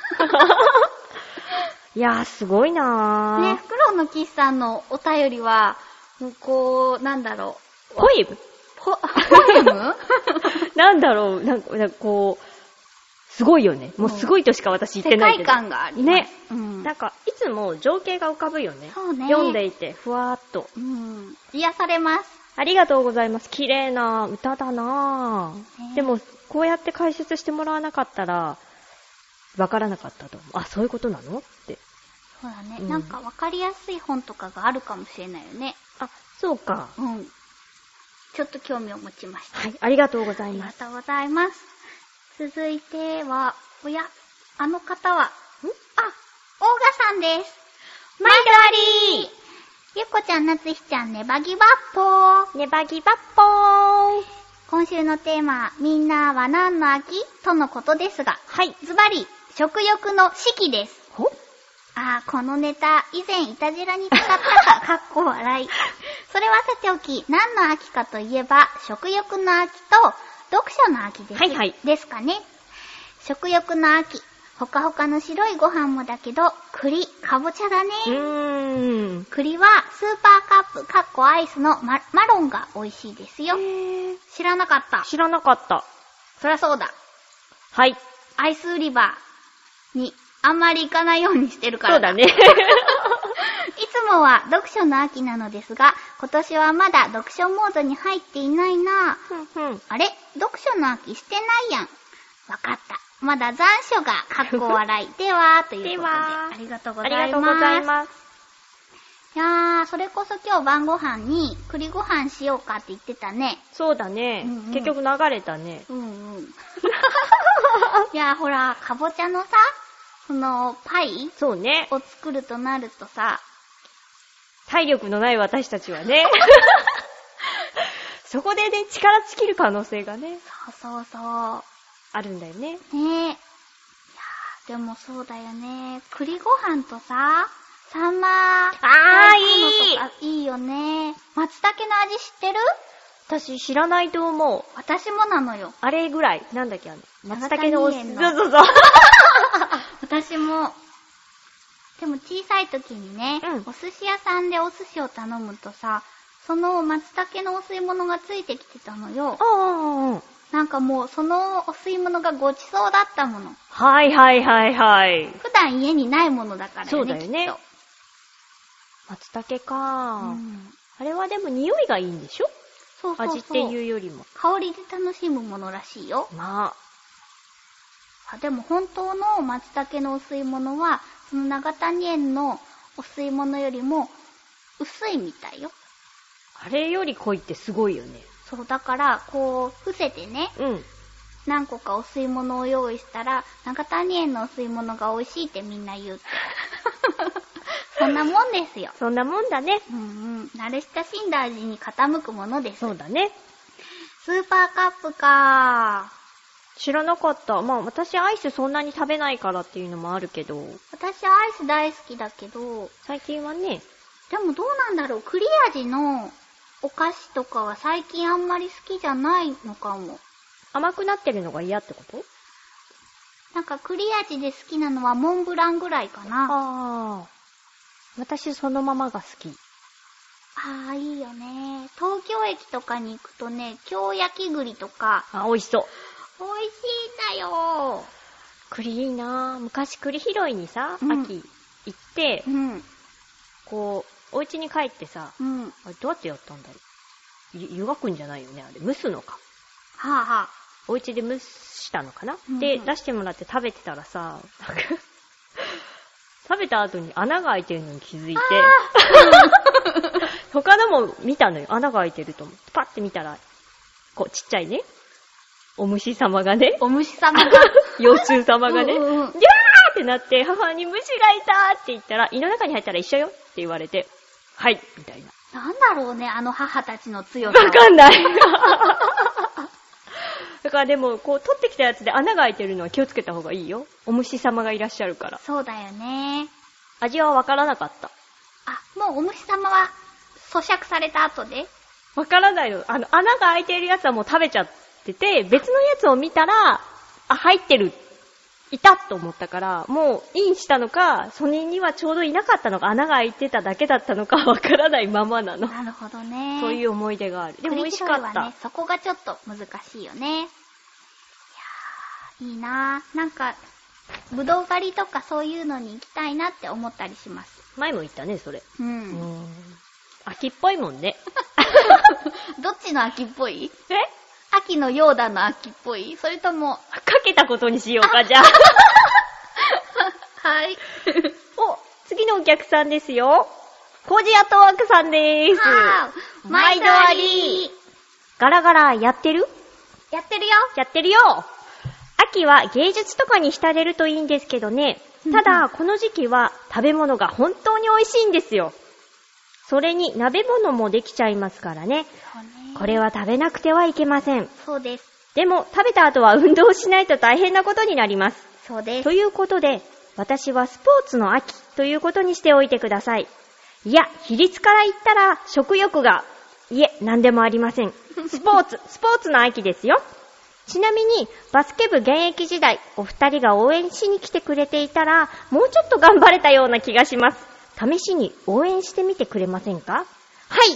いやー、すごいなー。 ね、フクロウのキスさんのお便りは、こう、なんだろう。 ポエムポ、ポエムなんだろう、なんか、なんかこう、すごいよね。もうすごいとしか私言ってないけど。 世界観があります。 ね。 うん、 なんか、いつも情景が浮かぶよね。 そうね。 読んでいて、ふわーっと。 うん。癒されます。 ありがとうございます。綺麗な歌だなぁ。でも、こうやって解説してもらわなかったら、わからなかったと思う。あ、そういうことなのって。 そうだね、 うん。 なんかわかりやすい本とかがあるかもしれないよね。 あ、そうか。 うん。ちょっと興味を持ちました。 はい、ありがとうございます。 ありがとうございます。続いては、おや、あの方は、んあ、オーガさんです。毎度ありゆっこちゃん、なつひちゃん、ねばぎばっぽー。 ねばぎばっぽー。 今週のテーマ、みんなは何の秋とのことですが、 はい。 ズバリ、食欲の四季です。 ほあー、このネタ、以前いたじらに使ったか、かっこ笑い。それはさておき、何の秋かといえば、食欲の秋と、読書の秋です。 はいはい。ですかね。食欲の秋。ほかほかの白いご飯もだけど、栗、かぼちゃだね。 うーん。 栗はスーパーカップ、かっこアイスの マ, マロンが美味しいですよ。知らなかった。 知らなかった。 そりゃそうだ。 はい。 アイス売り場にあんまり行かないようにしてるから。 そうだね。 いつもは読書の秋なのですが、今年はまだ読書モードに入っていないな。 ふんふん。 あれ？読書の秋してないやん。わかった。まだ残暑が、かっこ笑い。では、ということで。では、ありがとうございます。 ありがとうございます。 いやー、それこそ今日晩ご飯に栗ご飯しようかって言ってたね。 そうだね。うんうん、結局流れたね。 うんうん。いやー、ほら、かぼちゃのさ、その、パイそうね。 を作るとなるとさ、 体力のない私たちはね。そこでね、力尽きる可能性がね。 そうそうそう。あるんだよね。 ねえ。いやー、でもそうだよね。栗ご飯とさ、サンマー。 あー、いい。 いいよね。松茸の味知ってる？ 私知らないと思う。 私もなのよ。 あれぐらい。なんだっけ、あの。松茸のお酢。そうそうそう。私も。でも小さい時にね、うん、お寿司屋さんでお寿司を頼むとさ、その松茸のお吸い物がついてきてたのよ。 うんうんうん。 なんかもうそのお吸い物がごちそうだったもの。 はいはいはいはい。 普段家にないものだからね。 そうだよね。松茸か、うん。あれはでも匂いがいいんでしょ？そうそうそう。味っていうよりも。 香りで楽しむものらしいよ。 まあ。でも本当の松茸のお吸い物は、その長谷園のお吸い物よりも薄いみたいよ。 あれより濃いってすごいよね。 そう、だから、こう、伏せてね、うん、何個かお吸い物を用意したら、長谷園のお吸い物が美味しいってみんな言うって。そんなもんですよ。 そんなもんだね。 うんうん。慣れ親しんだ味に傾くものです。 そうだね。 スーパーカップかー。知らなかった。まあ私アイスそんなに食べないからっていうのもあるけど。 私アイス大好きだけど。 最近はね。 でもどうなんだろう。栗味のお菓子とかは最近あんまり好きじゃないのかも。 甘くなってるのが嫌ってこと？ なんか栗味で好きなのはモンブランぐらいかな。 ああ。私そのままが好き。 ああ、いいよね。東京駅とかに行くとね、京焼き栗とか。 あ、美味しそう。 美味しいんだよ。 栗いいなぁ。昔栗拾いにさ、うん、秋行って、うん、こう、お家に帰ってさ、うん、あれどうやってやったんだろう。湯がくんじゃないよね、あれ。蒸すのか。 はあはあ。 お家で蒸したのかな、うん、で、出してもらって食べてたらさ、食べた後に穴が開いてるのに気づいて、他のも見たのよ。穴が開いてると思って。パッて見たら、こう、ちっちゃいね、お虫様がね。 お虫様が。 幼虫様がね。うんうんうん、ギャーっってなって、母に虫がいたって言ったら、胃の中に入ったら一緒よって言われて、はい、みたいな。 なんだろうね、あの母たちの強さ。 わかんない。だからでも、こう、取ってきたやつで穴が開いてるのは気をつけた方がいいよ。お虫様がいらっしゃるから。 そうだよね。 味はわからなかった。 あ、もうお虫様は咀嚼された後でわからないの。あの、穴が開いてるやつはもう食べちゃってて、別のやつを見たら、あ、入ってる。いたと思ったから、もうインしたのか、それにはちょうどいなかったのか、穴が開いてただけだったのかわからないままなの。 なるほどね。 そういう思い出がある。でも美味しかった。ね、 そこがちょっと難しいよね。いやー、いいなー。なんか、ぶどう狩りとかそういうのに行きたいなって思ったりします。 前も言ったね、それ。 うん。 うん、秋っぽいもんね。 どっちの秋っぽい？ え？ 秋のヨーダの秋っぽい？それとも、 かけたことにしようか、じゃあ。 はい。 お、次のお客さんですよ。コージアットワークさんでーす。 はー、毎度あり。 ガラガラやってる？ やってるよ。 やってるよ。秋は芸術とかに浸れるといいんですけどね。ただ、この時期は食べ物が本当に美味しいんですよ。それに鍋物もできちゃいますからね。 そうね。 これは食べなくてはいけません。 そうです。 でも、食べた後は運動しないと大変なことになります。 そうです。 ということで、私はスポーツの秋ということにしておいてください。いや、比率から言ったら食欲が、いえ、なんでもありません。スポーツ、スポーツの秋ですよ。ちなみに、バスケ部現役時代、お二人が応援しに来てくれていたら、もうちょっと頑張れたような気がします。試しに応援してみてくれませんか？はい、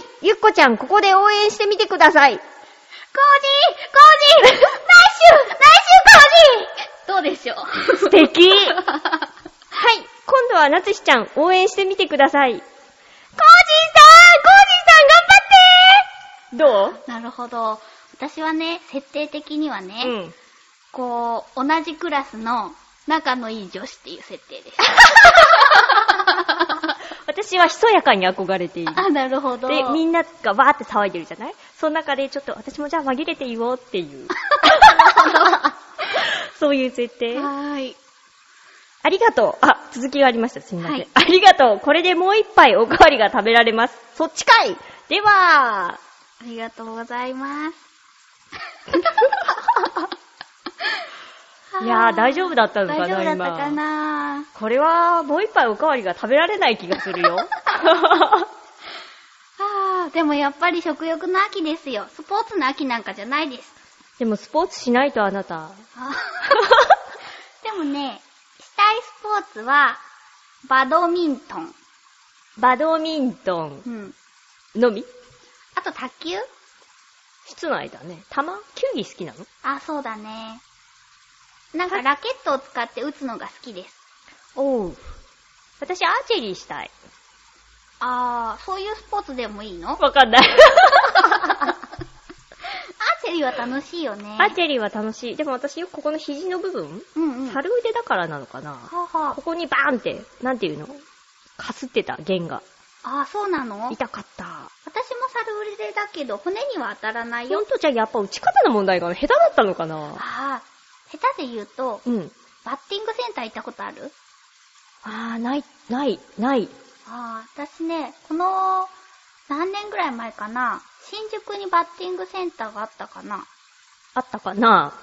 ゆっこちゃん、ここで応援してみてください。コージーコージーナイスナイスコージーどうでしょう？ 素敵はい、今度はなつしちゃん、応援してみてください。コージーさんコージーさん頑張ってーどう？ なるほど。私はね、設定的にはね、 うん、 こう、同じクラスの仲のいい女子っていう設定です。 私はひそやかに憧れている。 あ、なるほど。 で、みんながわーって騒いでるじゃない？その中でちょっと私もじゃあ紛れて言おうっていう。そういう設定。 はーい。 ありがとう。あ、続きがありました。すみません。 はい、 ありがとう。これでもう一杯おかわりが食べられます。そっちかい。では、 ありがとうございます。 いやー、大丈夫だったのかな、今。 大丈夫だったかな。 これは、もう一杯おかわりが食べられない気がするよ。 あー、でもやっぱり食欲の秋ですよ。スポーツの秋なんかじゃないです。 でもスポーツしないとあなた。 でもね、したいスポーツは、バドミントン。 バドミントン。 うん。 のみ？ あと卓球？ 室内だね。球？球技好きなの？ あ、そうだね。なんかラケットを使って打つのが好きです。 おう。私アーチェリーしたい。 あー、そういうスポーツでもいいの？ わかんない。 アーチェリーは楽しいよね。 アーチェリーは楽しい。でも私よくここの肘の部分、 うんうん、 猿腕だからなのかな。 ははここにバーンって、なんていうの？かすってた、弦が。 あー、そうなの？ 痛かった。 私も猿腕だけど、骨には当たらないよ。 ほんとじゃあやっぱ打ち方の問題が下手だったのかな。 あー、下手で言うと、 うん。 バッティングセンター行ったことある？ あー、ない、ない、ない。 あー、私ね、この、何年ぐらい前かな、新宿にバッティングセンターがあったかな。 あったかな。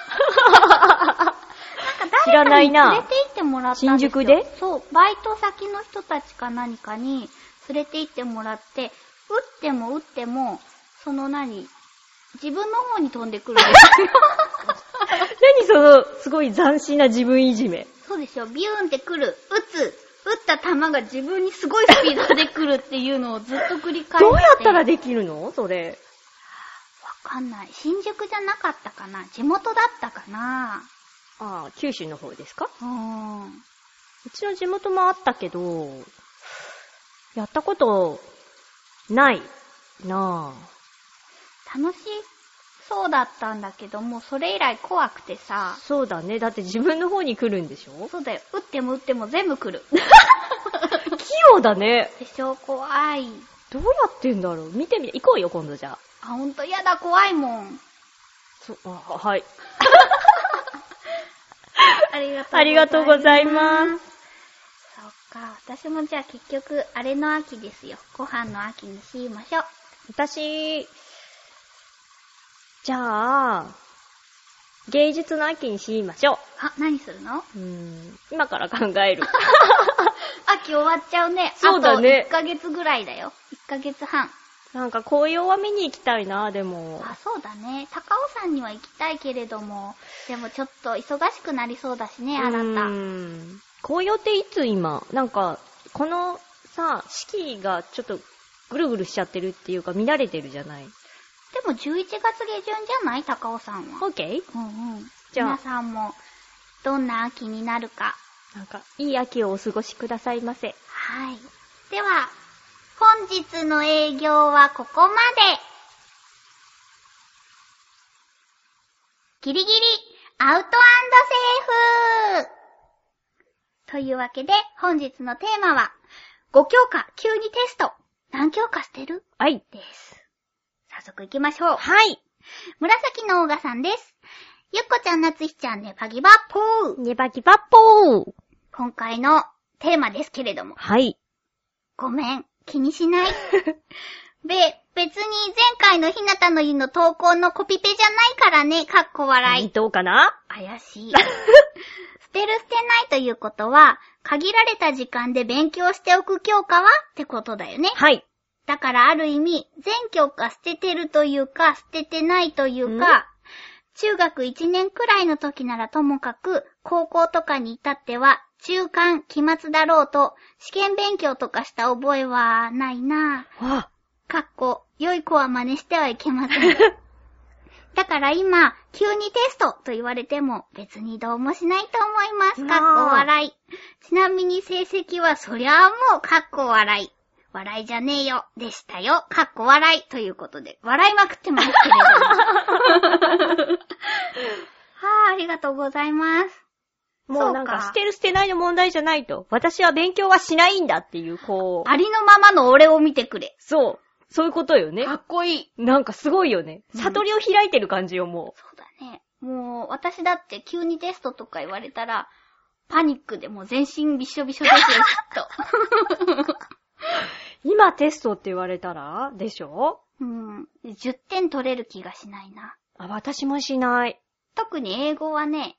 なんか誰かに連れて行ってもらったんですよ。 新宿で？ そう、バイト先の人たちか何かに連れて行ってもらって、打っても打っても、その何、自分の方に飛んでくるんですよ。 何その、すごい斬新な自分いじめ。 そうですよ、ビューンって来る、打つ、打った球が自分にすごいスピードで来るっていうのをずっと繰り返して。 どうやったらできるの？それ。 わかんない。新宿じゃなかったかな？地元だったかな？ ああ、九州の方ですか？ うーん。 うちの地元もあったけど、やったことないなぁ。 楽しそうだったんだけど、もうそれ以来怖くてさ。 そうだね。だって自分の方に来るんでしょ？ そうだよ。打っても打っても全部来る。 器用だね。 でしょ？怖い。 どうやってんだろう？見てみて。行こうよ、今度じゃあ。 あ、ほんとやだ、怖いもん。 そ、あ、はい。 ありがとうございます。 ありがとうございます。 そっか、私もじゃあ結局、あれの秋ですよ。ご飯の秋にしましょう。 私、じゃあ、芸術の秋にしましょう。 あ、何するの？ うーん、今から考える。 秋終わっちゃうね。 そうだね。 あといっかげつぐらいだよ。いっかげつはん。 なんか紅葉は見に行きたいな、でも。 あ、そうだね。高尾山には行きたいけれども、でもちょっと忙しくなりそうだしね、あなた。うーん。紅葉っていつ今？なんか、このさ、四季がちょっとぐるぐるしちゃってるっていうか乱れてるじゃない？ でもじゅういちがつげじゅんじゃない？高尾山は。 オッケー？ うんうん。 じゃあ皆さんも、どんな秋になるか。 なんか、いい秋をお過ごしくださいませ。 はい。では、本日の営業はここまで。ギリギリ、アウト&セーフというわけで、本日のテーマは、ご教科、急にテスト。何教科してる？ はい。 です。早速行きましょう。 はい。 紫のオーガさんです。ゆっこちゃん、なつひちゃん、ねばぎばっぽー。 ねばぎばっぽー。 今回のテーマですけれども。 はい。 ごめん、気にしない。べ、別に前回のひなたの湯の投稿のコピペじゃないからね、かっこ笑い。 どうかな？ 怪しい。捨てる捨てないということは、限られた時間で勉強しておく教科はってことだよね。 はい。 だからある意味、全教科捨ててるというか、捨ててないというか、中学いちねんくらいの時ならともかく、高校とかに至っては、中間、期末だろうと、試験勉強とかした覚えはないなぁ。 わかっこ、良い子は真似してはいけません。だから今、急にテストと言われても別にどうもしないと思います。かっこ笑い。ちなみに成績はそりゃあもうかっこ笑い。笑いじゃねえよ。でしたよ。かっこ笑い。ということで、笑いまくってますけれども。はぁ、あ、ありがとうございます。 もうなんか捨てる捨てないの問題じゃないと。私は勉強はしないんだっていう、こう。 ありのままの俺を見てくれ。 そう。そういうことよね。 かっこいい。 なんかすごいよね。悟りを開いてる感じよ、もう。 そうだね。もう、私だって急にテストとか言われたら、パニックでもう全身びしょびしょですよ、きっと。 今テストって言われたらでしょ？ うん。じゅってん取れる気がしないな。 あ、私もしない。 特に英語はね、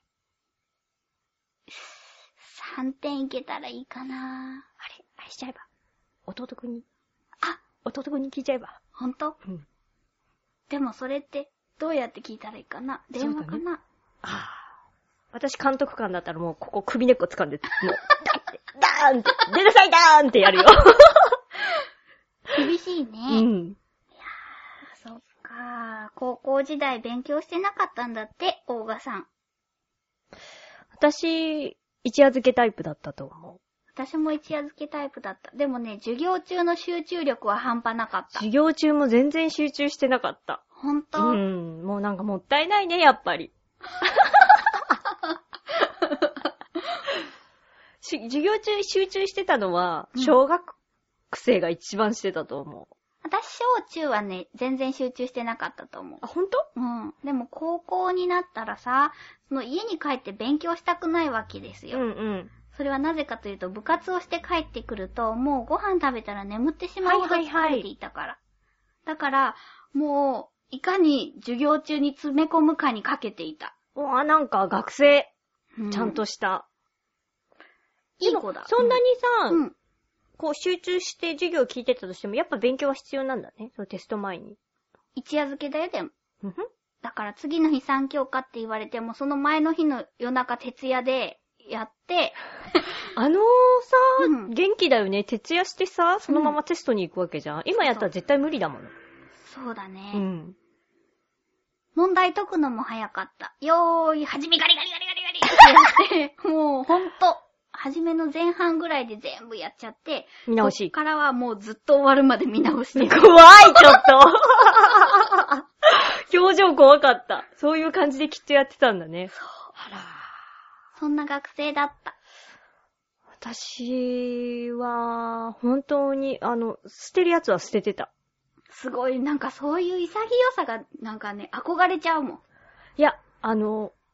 さんてんいけたらいいかな。 あれ、あれしちゃえば。弟くんに。 あ、 弟くんに聞いちゃえば。 ほんと？うん。でもそれって、どうやって聞いたらいいかな？電話かな？ね、 ああ。私監督官だったらもうここ首根っこ掴んで、もう、ダーンって、出なさいダーンってやるよ。 厳しいね。 うん。 いやー、そっかー。高校時代勉強してなかったんだって、大賀さん。 私、一夜漬けタイプだったと思う。 私も一夜漬けタイプだった。でもね、授業中の集中力は半端なかった。 授業中も全然集中してなかった。 ほんと？ うん。もうなんかもったいないね、やっぱり。授業中集中してたのは、小学生が一番してたと思う。 私、小中はね、全然集中してなかったと思う。 あ、ほんと？ うん。でも高校になったらさ、その家に帰って勉強したくないわけですよ。 うんうん。 それはなぜかというと、部活をして帰ってくると、もうご飯食べたら眠ってしまうほど疲れていたから。はいはいはい、だから、もう、いかに授業中に詰め込むかにかけていた。 うわ、なんか学生、 うん、 ちゃんとした。 いい子だ。 そんなにさ、 うん、 こう集中して授業を聞いてたとしても、やっぱ勉強は必要なんだね。そのテスト前に。 一夜漬けだよ、でも。だから次の日さん教科って言われても、その前の日の夜中徹夜でやって、 あのーさ、うん、元気だよね。徹夜してさ、そのままテストに行くわけじゃん。うん、今やったら絶対無理だもん。 そうだね。 うん。 問題解くのも早かった。よーい、はじめガリガリガリガリガリってやって、もうほんと、はじめの前半ぐらいで全部やっちゃって、 見直し。 こっからはもうずっと終わるまで見直してる。 怖い、ちょっと。表情怖かった。そういう感じできっとやってたんだね。 そう。 あら。 そんな学生だった。 私は、本当に、あの、捨てるやつは捨ててた。 すごい、なんかそういう潔さが、なんかね、憧れちゃうもん。 いや、あの、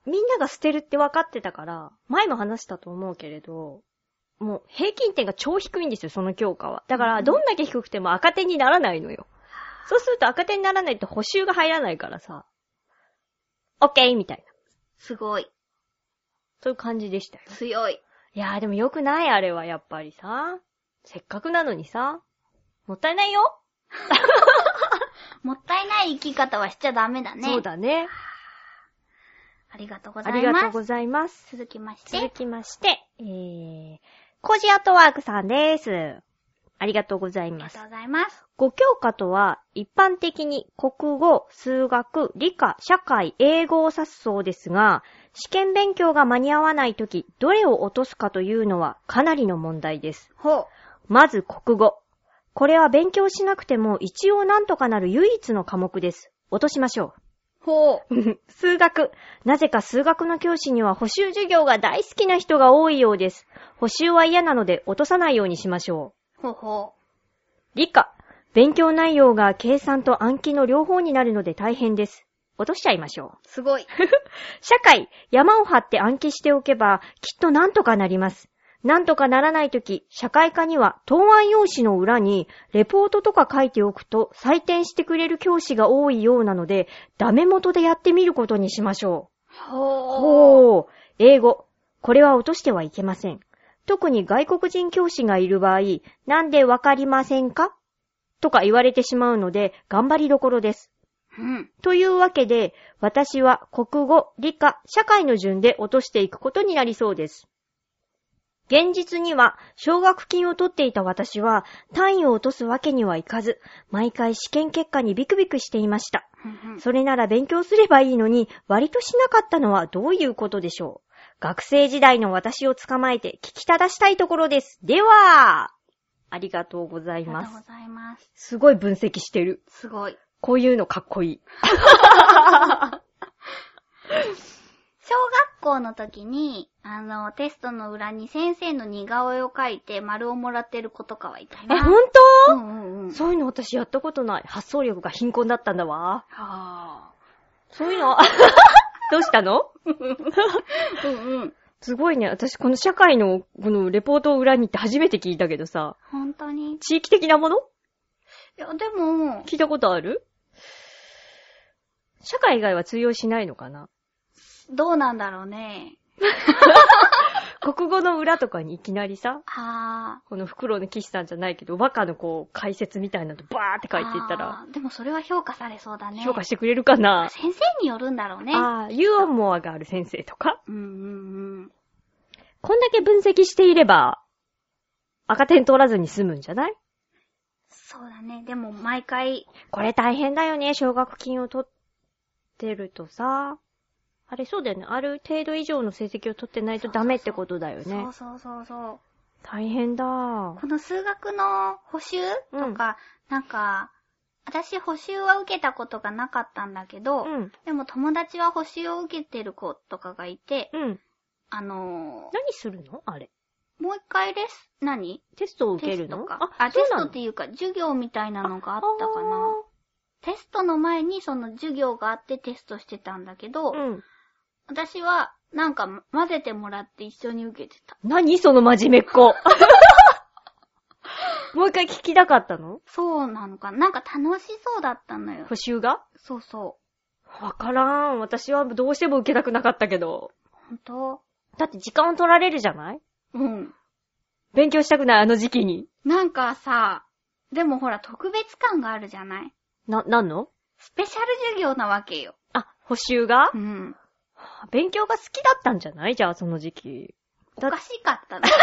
みんなが捨てるって分かってたから、前も話したと思うけれど、もう平均点が超低いんですよ、その教科は。だから、どんだけ低くても赤点にならないのよ。そうすると赤点にならないと補習が入らないからさ、オッケーみたいな。 すごい。 そういう感じでしたよ。 強い。 いやーでも良くない、あれはやっぱりさ。せっかくなのにさ、もったいないよ。 もったいない生き方はしちゃダメだね。 そうだね。 ありがとうございます。 ありがとうございます。 続きまして。 続きまして、えー、コージアートワークさんです。ありがとうございます。 ありがとうございます。 ご教科とは、一般的に国語、数学、理科、社会、英語を指すそうですが、試験勉強が間に合わないとき、どれを落とすかというのはかなりの問題です。 ほう。 まず国語。これは勉強しなくても一応なんとかなる唯一の科目です。落としましょう。ほう。数学。なぜか数学の教師には補習授業が大好きな人が多いようです。補習は嫌なので落とさないようにしましょう。ほうほう。 理科。勉強内容が計算と暗記の両方になるので大変です。落としちゃいましょう。すごい。 社会。山を張って暗記しておけばきっとなんとかなります。なんとかならないとき、社会科には答案用紙の裏にレポートとか書いておくと採点してくれる教師が多いようなので、ダメ元でやってみることにしましょう。 ほー。 ほー。英語。これは落としてはいけません。特に外国人教師がいる場合、なんでわかりませんかとか言われてしまうので、頑張りどころです。 うん。 というわけで、私は国語、理科、社会の順で落としていくことになりそうです。現実には、奨学金を取っていた私は、単位を落とすわけにはいかず、毎回試験結果にビクビクしていました。 うんうん、 それなら勉強すればいいのに、割としなかったのはどういうことでしょう。学生時代の私を捕まえて聞き正したいところです。では、ありがとうございます。 ありがとうございます。 すごい分析してる。 すごい。 こういうのかっこいい。 小学校の時に、あの、テストの裏に先生の似顔絵を描いて丸をもらってる子とかはいたな。 え、ほんと？ うんうんうん。 そういうの私やったことない。発想力が貧困だったんだわ。 はぁ。 そういうの、どうしたの？ うんうん。 すごいね。私この社会のこのレポートを裏にって初めて聞いたけどさ。 本当に？ 地域的なもの？ いや、でも。 聞いたことある？社会以外は通用しないのかな？ どうなんだろうね。 国語の裏とかにいきなりさ、 はこの袋の岸さんじゃないけど、和歌のこう解説みたいなのバーって書いていったら、 でもそれは評価されそうだね。 評価してくれるかな？ 先生によるんだろうね。 ああ、ユーモアがある先生とか。 うんうんうん。 こんだけ分析していれば、赤点取らずに済むんじゃない？ そうだね。でも毎回。 これ大変だよね、奨学金を取ってるとさ。あれそうだよね。ある程度以上の成績を取ってないとダメってことだよね。 そうそうそうそう。 大変だ。この数学の補習とか、うん、なんか、私補習は受けたことがなかったんだけど、うん、でも友達は補習を受けてる子とかがいて、うん、あのー、 何するのあれ。 もう一回レス、何テストを受けるの？ テストか。あ、テストっていうか授業みたいなのがあったかな。テストの前にその授業があってテストしてたんだけど、うん私は、なんか、混ぜてもらって一緒に受けてた。 何その真面目っ子。もう一回聞きたかったの？ そうなのかな。なんか楽しそうだったのよ。 補習が？ そうそう。 わからん。私はどうしても受けたくなかったけど。 ほんと？ だって時間を取られるじゃない？ うん。 勉強したくない、あの時期に。 なんかさ、でもほら特別感があるじゃない？ な、なんの？ スペシャル授業なわけよ。 あ、補習が？ うん。 勉強が好きだったんじゃない？じゃあその時期。 おかしかったのか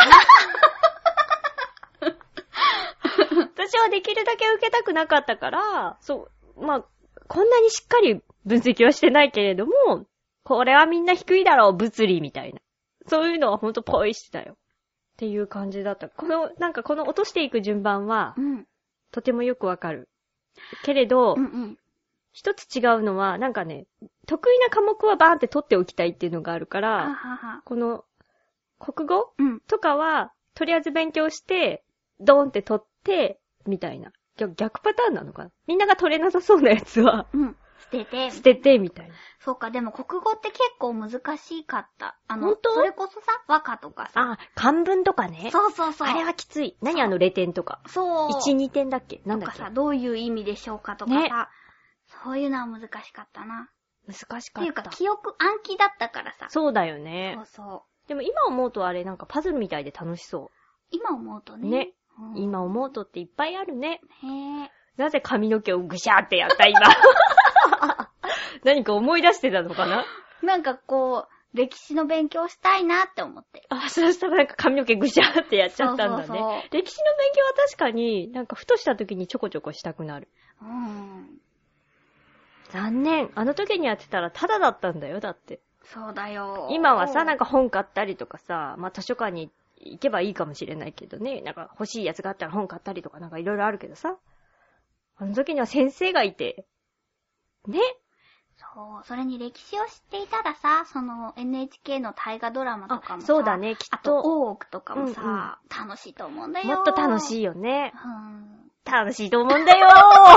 な。私はできるだけ受けたくなかったから、そう、まあ、こんなにしっかり分析はしてないけれども、これはみんな低いだろう、物理みたいな。そういうのはほんとポイしてたよ。っていう感じだった。この、なんかこの落としていく順番は、うん、とてもよくわかる。けれど、うんうん一つ違うのは、なんかね、得意な科目はバーンって取っておきたいっていうのがあるから、 はははこの、国語、うん、とかは、とりあえず勉強して、ドーンって取って、みたいな。逆、逆パターンなのかな？みんなが取れなさそうなやつは、うん、 捨てて。 捨てて、みたいな。 そうか、でも国語って結構難しかった。あの、 本当？ それこそさ、和歌とかさ。 あ、漢文とかね。 そうそうそう。 あれはきつい。何あのれいてんとか。 そう。 いち、にてんだっけ？なんだっけ？ とかさ、どういう意味でしょうかとかさ。ね、そういうのは難しかったな。 難しかった。 っていうか、記憶暗記だったからさ。 そうだよね。 そうそう。 でも今思うとあれなんかパズルみたいで楽しそう。 今思うとね。 ね。 うん、 今思うとっていっぱいあるね。 へぇ。 なぜ髪の毛をぐしゃーってやった今。何か思い出してたのかな？ なんかこう、歴史の勉強したいなって思って。 あ、そうしたらなんか髪の毛ぐしゃーってやっちゃったんだね。そうそうそう。歴史の勉強は確かになんかふとした時にちょこちょこしたくなる。 うん。 残念。あの時にやってたらタダだったんだよ、だって。 そうだよ。 今はさ、なんか本買ったりとかさ、まあ図書館に行けばいいかもしれないけどね。なんか欲しいやつがあったら本買ったりとかなんかいろいろあるけどさ。あの時には先生がいて。ね。 そう。それに歴史を知っていたらさ、その エヌエイチケー の大河ドラマとかもさ。 そうだね、きっと。 あと大奥とかもさ、うんうん、楽しいと思うんだよ。 もっと楽しいよね。 うん、 楽しいと思うんだよ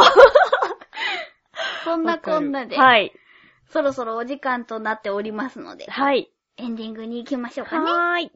そんなこんなで。 はい。 そろそろお時間となっておりますので。 はい。 エンディングに行きましょうかね。 はーい。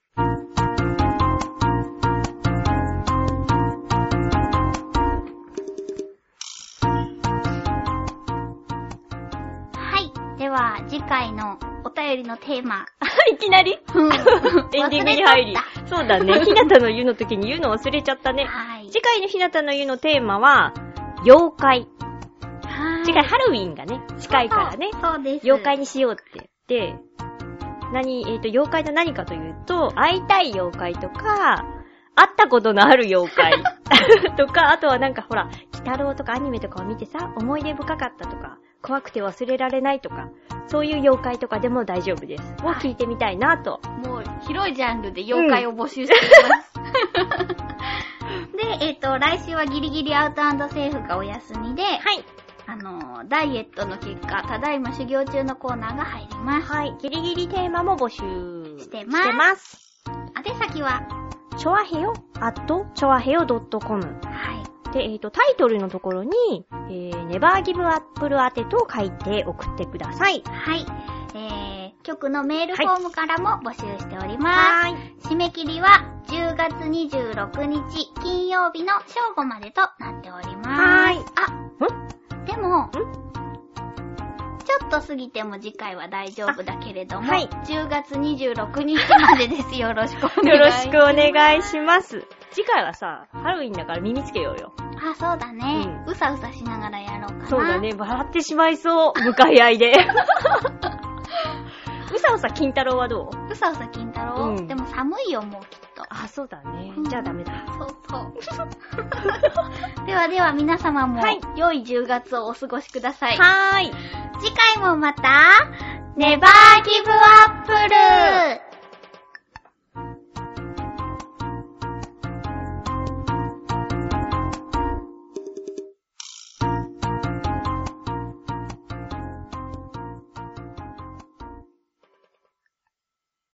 はい。では、次回のお便りのテーマ。 いきなりうん。 エンディングに入り。そうだね。ひなたの湯の時に言うの忘れちゃったね。 はい。 次回のひなたの湯のテーマは、妖怪。次回ハロウィンがね、近いからね。 そう、そうです。 妖怪にしようって言って、何、えっと、妖怪と何かというと、会いたい妖怪とか、会ったことのある妖怪とか、あとはなんかほら、鬼太郎とかアニメとかを見てさ、思い出深かったとか、怖くて忘れられないとか、そういう妖怪とかでも大丈夫です。を聞いてみたいなと。 もう、広いジャンルで妖怪を募集しています。うん、で、えっと、来週はギリギリアウト&セーフがお休みで、はい。あの、ダイエットの結果、ただいま修行中のコーナーが入ります。 はい。ギリギリテーマも募集してます。 してます。 宛先は、 ちょわへよ、アット、ちょわへよ .com。 はい。 で、えっと、タイトルのところに、えー、ネバーギブアップル宛てと書いて送ってください。 はい。えー、局のメールフォームからも募集しております。はい。締め切りはじゅうがつにじゅうろくにち金曜日の正午までとなっております。 はい。 あ、んでも、んちょっと過ぎても次回は大丈夫だけれども、はい、じゅうがつにじゅうろくにちまでです。よろしくお願いします。 よろしくお願いします。次回はさ、ハロウィンだから耳つけようよ。 あ、そうだね。うん、うさうさしながらやろうかな。 そうだね。笑ってしまいそう。向かい合いで。うさうさ金太郎はどう？ うさうさ金太郎、うん、でも寒いよ、もうきっと。 あ、そうだね。うん、じゃあダメだ。 そうそう。ではでは皆様も、はい、良いじゅうがつをお過ごしください。 はーい。 次回もまた、ネバーギブアップル